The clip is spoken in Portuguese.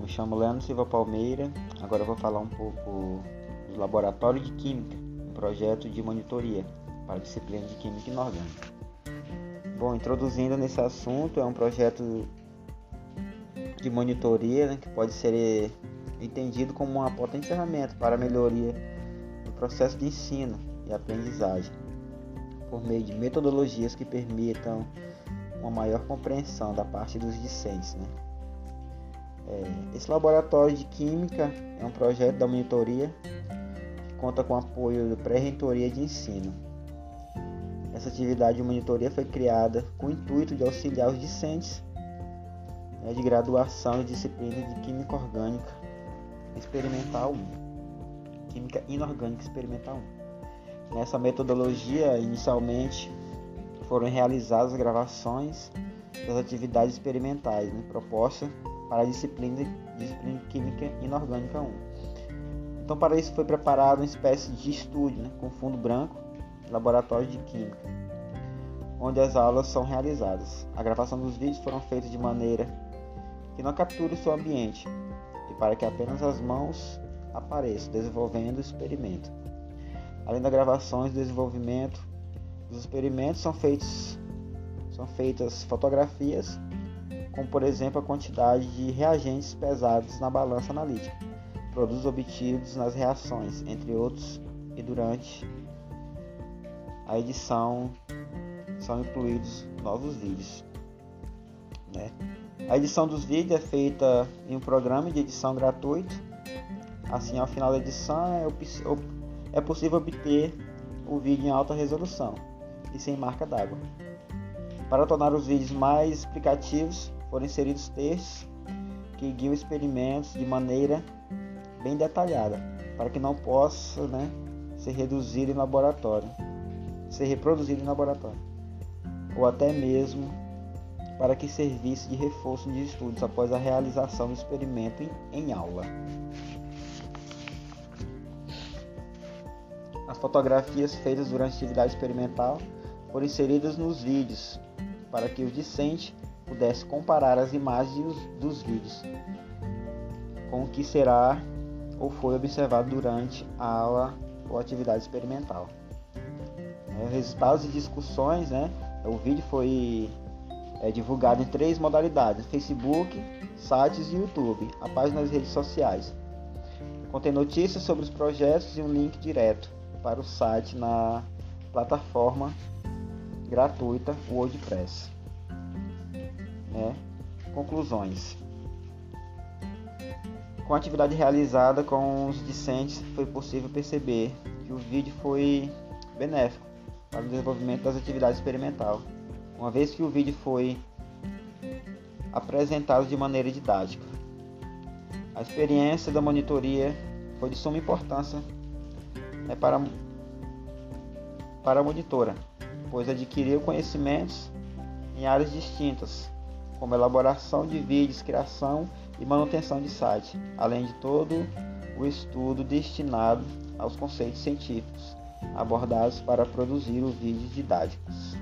Me chamo Leandro Silva Palmeira. Agora eu vou falar um pouco do Laboratório de Química, um projeto de monitoria para a disciplina de Química Inorgânica. Bom, introduzindo nesse assunto, é um projeto de monitoria, que pode ser entendido como uma potente ferramenta para a melhoria do processo de ensino e aprendizagem, por meio de metodologias que permitam uma maior compreensão da parte dos discentes. Esse laboratório de química é um projeto da monitoria que conta com o apoio da pré-reitoria de ensino. Essa atividade de monitoria foi criada com o intuito de auxiliar os discentes de graduação de disciplina de Química Orgânica Experimental 1, Química Inorgânica Experimental 1. Nessa metodologia, inicialmente, foram realizadas gravações das atividades experimentais propostas para a disciplina de Química Inorgânica 1. Então, para isso foi preparado uma espécie de estúdio com fundo branco, laboratório de química, onde as aulas são realizadas. A gravação dos vídeos foram feitas de maneira que não capture o seu ambiente e para que apenas as mãos apareçam desenvolvendo o experimento. Além das gravações do desenvolvimento dos experimentos, são feitas fotografias, como por exemplo a quantidade de reagentes pesados na balança analítica, produtos obtidos nas reações, entre outros, e durante a edição são incluídos novos vídeos. A edição dos vídeos é feita em um programa de edição gratuito. Assim, ao final da edição é possível obter o vídeo em alta resolução e sem marca d'água. Para tornar os vídeos mais explicativos, foram inseridos textos que guiam experimentos de maneira bem detalhada, para que não possa ser reproduzido em laboratório, ou até mesmo para que servisse de reforço de estudos após a realização do experimento em aula. As fotografias feitas durante a atividade experimental foram inseridas nos vídeos, para que os discentes pudessem comparar as imagens dos vídeos com o que será ou foi observado durante a aula ou atividade experimental. Resultados e discussões, o vídeo foi divulgado em 3 modalidades: Facebook, sites e YouTube, a página das redes sociais. Contém notícias sobre os projetos e um link direto para o site na plataforma gratuita WordPress. Conclusões. Com a atividade realizada com os discentes, foi possível perceber que o vídeo foi benéfico para o desenvolvimento das atividades experimentais, uma vez que o vídeo foi apresentado de maneira didática. A experiência da monitoria foi de suma importância para a monitora, pois adquiriu conhecimentos em áreas distintas, como elaboração de vídeos, criação e manutenção de site, além de todo o estudo destinado aos conceitos científicos abordados para produzir os vídeos didáticos.